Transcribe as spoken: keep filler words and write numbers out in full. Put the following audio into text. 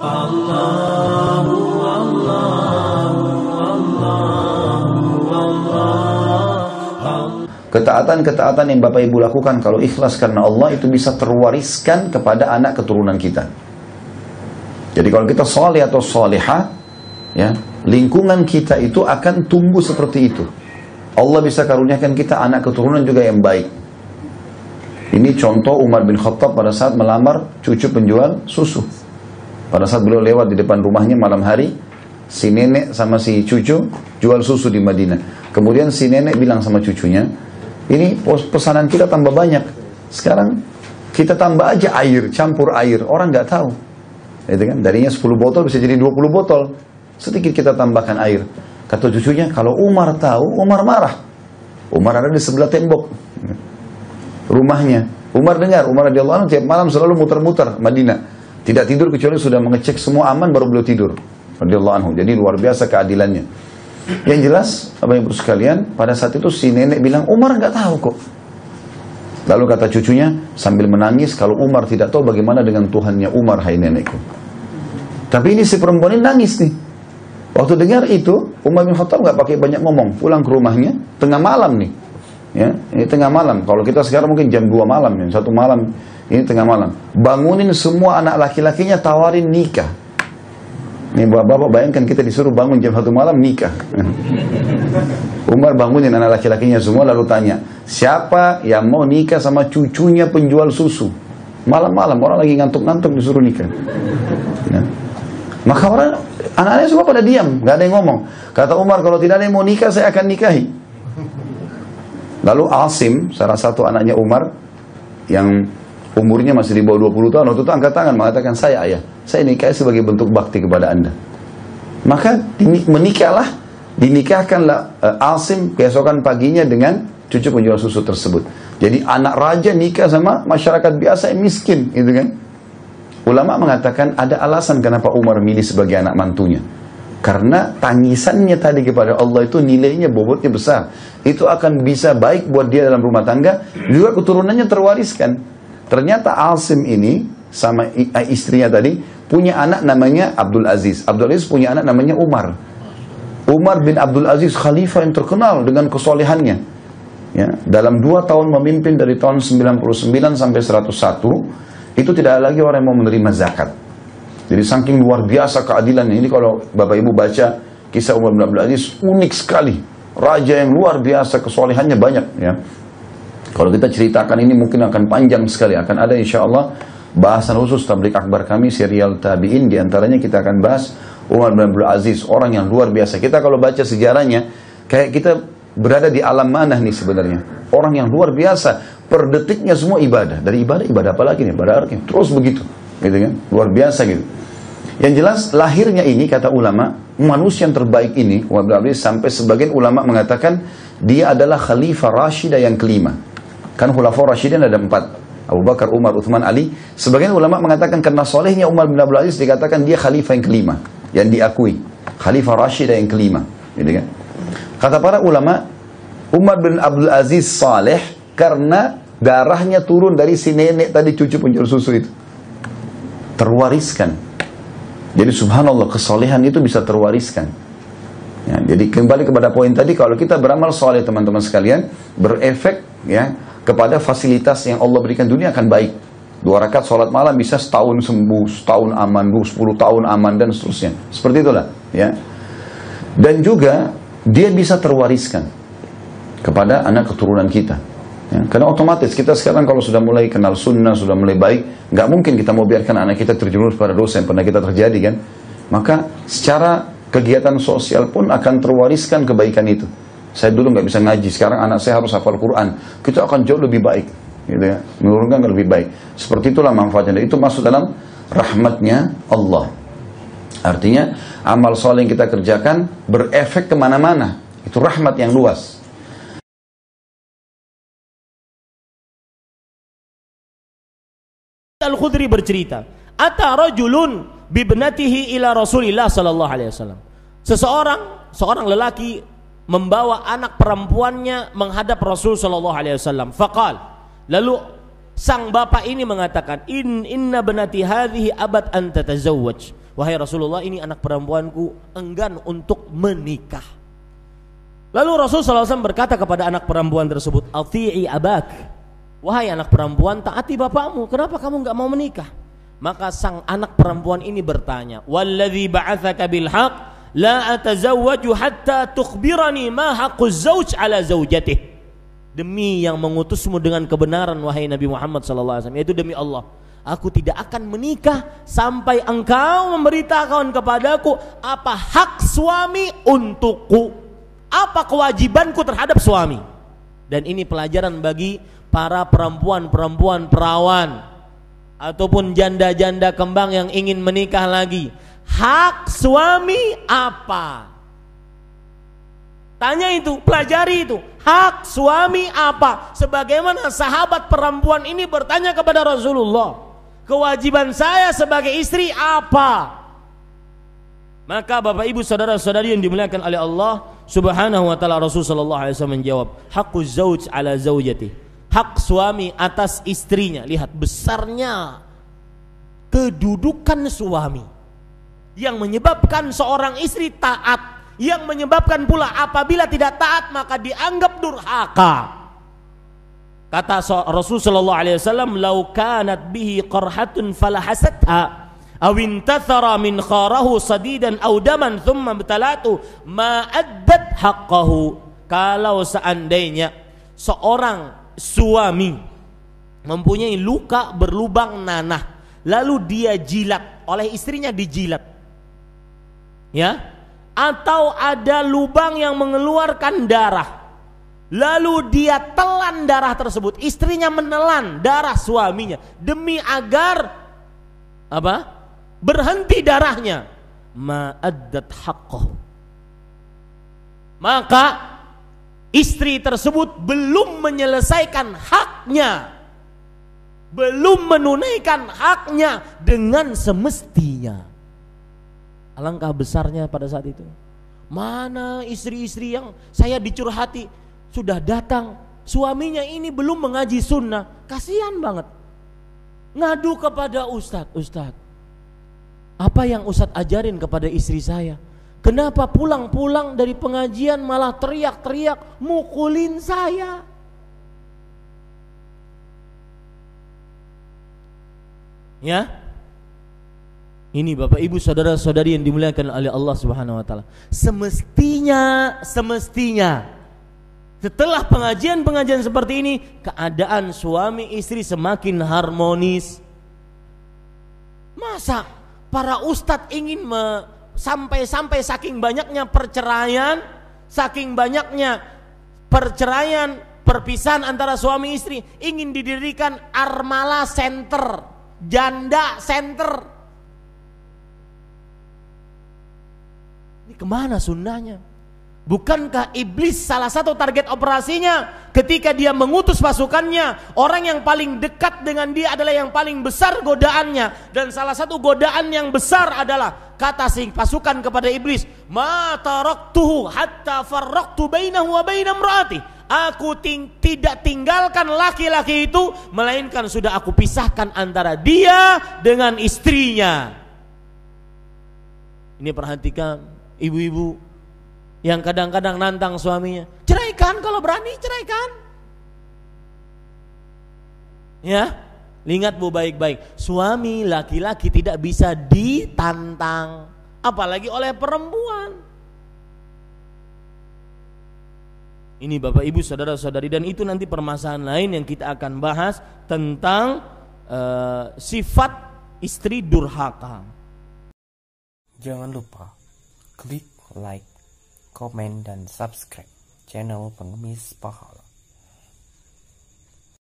Allahu Allahu Allahu Allah. Ketaatan-ketaatan yang Bapak Ibu lakukan kalau ikhlas karena Allah itu bisa terwariskan kepada anak keturunan kita. Jadi kalau kita soleh atau soleha, ya, lingkungan kita itu akan tumbuh seperti itu. Allah bisa karuniakan kita anak keturunan juga yang baik. Ini contoh Umar bin Khattab pada saat melamar cucu penjual susu. Pada saat beliau lewat di depan rumahnya malam hari, si nenek sama si cucu jual susu di Madinah. Kemudian si nenek bilang sama cucunya, ini pesanan kita tambah banyak. Sekarang kita tambah aja air, campur air. Orang nggak tahu. Itu kan, darinya sepuluh botol bisa jadi dua puluh botol. Sedikit kita tambahkan air. Kata cucunya, kalau Umar tahu, Umar marah. Umar ada di sebelah tembok rumahnya. Umar dengar, Umar radhiyallahu anhu tiap malam selalu muter-muter Madinah. Tidak tidur kecuali sudah mengecek semua aman baru beliau tidur. Radhiyallahu anhu. Jadi luar biasa keadilannya. Yang jelas, Bapak Ibu sekalian, pada saat itu si nenek bilang, Umar nggak tahu kok. Lalu kata cucunya sambil menangis, kalau Umar tidak tahu bagaimana dengan Tuhannya Umar, hai nenekku. Tapi ini si perempuan ini nangis nih. Waktu dengar itu, Umar bin Khattab nggak pakai banyak ngomong, pulang ke rumahnya, tengah malam nih. Ya, ini tengah malam. Kalau kita sekarang mungkin jam dua malam, ya, satu malam, ini tengah malam. Bangunin semua anak laki-lakinya, tawarin nikah. Nih bapak-bapak bayangkan kita disuruh bangun jam satu malam nikah. Umar bangunin anak laki-lakinya semua lalu tanya, siapa yang mau nikah sama cucunya penjual susu? Malam-malam orang lagi ngantuk-ngantuk disuruh nikah. Ya. Maka orang anak-anaknya semua pada diam, nggak ada yang ngomong. Kata Umar, kalau tidak ada yang mau nikah saya akan nikahi. Lalu Asim, salah satu anaknya Umar yang umurnya masih di bawah dua puluh tahun, waktu itu angkat tangan mengatakan, saya ayah, saya nikahi sebagai bentuk bakti kepada anda. Maka menikahlah, dinikahkanlah uh, Asim keesokan paginya dengan cucu penjual susu tersebut. Jadi anak raja nikah sama masyarakat biasa yang miskin, gitu kan? Ulama mengatakan ada alasan kenapa Umar milih sebagai anak mantunya. Karena tangisannya tadi kepada Allah itu nilainya, bobotnya besar. Itu akan bisa baik buat dia dalam rumah tangga, juga keturunannya terwariskan. Ternyata Asim ini sama istrinya tadi punya anak namanya Abdul Aziz. Abdul Aziz punya anak namanya Umar. Umar bin Abdul Aziz khalifah yang terkenal dengan kesolehannya. Ya, dalam dua tahun memimpin dari tahun sembilan puluh sembilan sampai seratus satu, itu tidak ada lagi orang yang mau menerima zakat. Jadi saking luar biasa keadilannya. Ini kalau Bapak Ibu baca kisah Umar bin Abdul Aziz, unik sekali. Raja yang luar biasa, kesolehannya banyak. Ya. Kalau kita ceritakan ini mungkin akan panjang sekali. Akan ada insya Allah bahasan khusus tablik akbar kami, serial tabi'in. Di antaranya kita akan bahas Umar bin Abdul Aziz, orang yang luar biasa. Kita kalau baca sejarahnya, kayak kita berada di alam mana nih sebenarnya. Orang yang luar biasa, per detiknya semua ibadah. Dari ibadah, ibadah apa lagi nih? Ibadah artinya terus begitu. Gitu kan? Luar biasa gitu. Yang jelas lahirnya ini, kata ulama, manusia yang terbaik ini, Umar bin Abdul Aziz, sampai sebagian ulama mengatakan dia adalah Khalifah Rashidah yang kelima. Kan Khulafaur Rasyidin ada empat, Abu Bakar, Umar, Uthman, Ali. Sebagian ulama mengatakan karena solehnya Umar bin Abdul Aziz dikatakan dia khalifah yang kelima, yang diakui Khalifah Rashidah yang kelima, gitu kan? Kata para ulama, Umar bin Abdul Aziz saleh karena darahnya turun dari si nenek tadi, cucu penjual susu itu, terwariskan. Jadi subhanallah, kesolehan itu bisa terwariskan. Ya, jadi kembali kepada poin tadi, kalau kita beramal soleh teman-teman sekalian, berefek ya kepada fasilitas yang Allah berikan dunia akan baik. Dua rakaat sholat malam bisa setahun sembuh, setahun aman, sepuluh tahun aman, dan seterusnya. Seperti itulah. Ya. Dan juga dia bisa terwariskan kepada anak keturunan kita. Ya. Karena otomatis kita sekarang kalau sudah mulai kenal sunnah, sudah mulai baik, nggak mungkin kita mau biarkan anak kita terjerumus pada dosa yang pernah kita terjadi kan. Maka secara kegiatan sosial pun akan terwariskan kebaikan itu. Saya dulu nggak bisa ngaji, sekarang anak saya harus hafal Quran. Kita akan jauh lebih baik, gitu ya, menurunkan lebih baik. Seperti itulah manfaatnya. Dan itu masuk dalam rahmatnya Allah. Artinya amal soleh yang kita kerjakan berefek kemana-mana. Itu rahmat yang luas. Al-Khudri bercerita, ata rajulun bibnatihi ila Rasulillah sallallahu alaihi wasallam. Seseorang, seorang lelaki membawa anak perempuannya menghadap Rasul sallallahu alaihi wasallam. Faqal, lalu sang bapak ini mengatakan, in inna benati hadhihi abad an tatazawwaj wahai Rasulullah, ini anak perempuanku enggan untuk menikah. Lalu Rasul sallallahu alaihi wasallam berkata kepada anak perempuan tersebut, ati'i abak, wahai anak perempuan, taati bapakmu, kenapa kamu enggak mau menikah? Maka sang anak perempuan ini bertanya, walladzi ba'atsaka bil haqq la atazawwaju hatta tukhbirani ma haqquz zauj ala zaujatihi. Demi yang mengutusmu dengan kebenaran wahai Nabi Muhammad sallallahu alaihi wasallam, yaitu demi Allah, aku tidak akan menikah sampai engkau memberitakan kepadaku apa hak suami untukku, apa kewajibanku terhadap suami. Dan ini pelajaran bagi para perempuan-perempuan perawan ataupun janda-janda kembang yang ingin menikah lagi. Hak suami apa? Tanya itu, pelajari itu. Hak suami apa? Sebagaimana sahabat perempuan ini bertanya kepada Rasulullah, kewajiban saya sebagai istri apa? Maka Bapak Ibu saudara-saudari yang dimuliakan oleh Allah Subhanahu wa taala, Rasul sallallahu alaihi wasallam menjawab, haqquz zauj ala zaujati. Hak suami atas istrinya. Lihat besarnya kedudukan suami yang menyebabkan seorang istri taat, yang menyebabkan pula apabila tidak taat maka dianggap durhaka. Kata Rasul sallallahu alaihi wasallam, "Lau kanat bihi qarhatun falahasatha aw intathara min kharahu sadidan aw daman thumma btalatu ma addat haqqahu." Kalau seandainya seorang suami mempunyai luka berlubang nanah, lalu dia jilat, oleh istrinya dijilat, ya, atau ada lubang yang mengeluarkan darah, lalu dia telan darah tersebut, istrinya menelan darah suaminya demi agar apa? Berhenti darahnya, ma'addat haqqah, maka istri tersebut belum menyelesaikan haknya, belum menunaikan haknya dengan semestinya. Alangkah besarnya pada saat itu. Mana istri-istri yang saya dicurhati sudah datang, suaminya ini belum mengaji sunnah, kasihan banget, ngadu kepada ustadz, ustadz, apa yang ustadz ajarin kepada istri saya? Kenapa pulang-pulang dari pengajian malah teriak-teriak mukulin saya? Ya, ini Bapak Ibu saudara-saudari yang dimuliakan oleh Allah Subhanahu wa taala. Semestinya, semestinya setelah pengajian-pengajian seperti ini, keadaan suami istri semakin harmonis. Masa para ustadz ingin me, sampai-sampai saking banyaknya perceraian, saking banyaknya perceraian, perpisahan antara suami istri, ingin didirikan Armala Center, Janda Center. Ini kemana sunnahnya? Bukankah iblis salah satu target operasinya ketika dia mengutus pasukannya, orang yang paling dekat dengan dia adalah yang paling besar godaannya, dan salah satu godaan yang besar adalah kata sing pasukan kepada iblis, ma taraktuhu hatta farraqtu bainahu wa baina imraati. Aku ting tidak tinggalkan laki-laki itu melainkan sudah aku pisahkan antara dia dengan istrinya. Ini perhatikan ibu-ibu yang kadang-kadang nantang suaminya, ceraikan kalau berani, ceraikan. Ya, ingat bu baik-baik, suami laki-laki tidak bisa ditantang, apalagi oleh perempuan. Ini Bapak Ibu saudara-saudari, dan itu nanti permasalahan lain yang kita akan bahas tentang uh, sifat istri durhaka. Jangan lupa klik like, komen, dan subscribe channel Pengemis Pahala.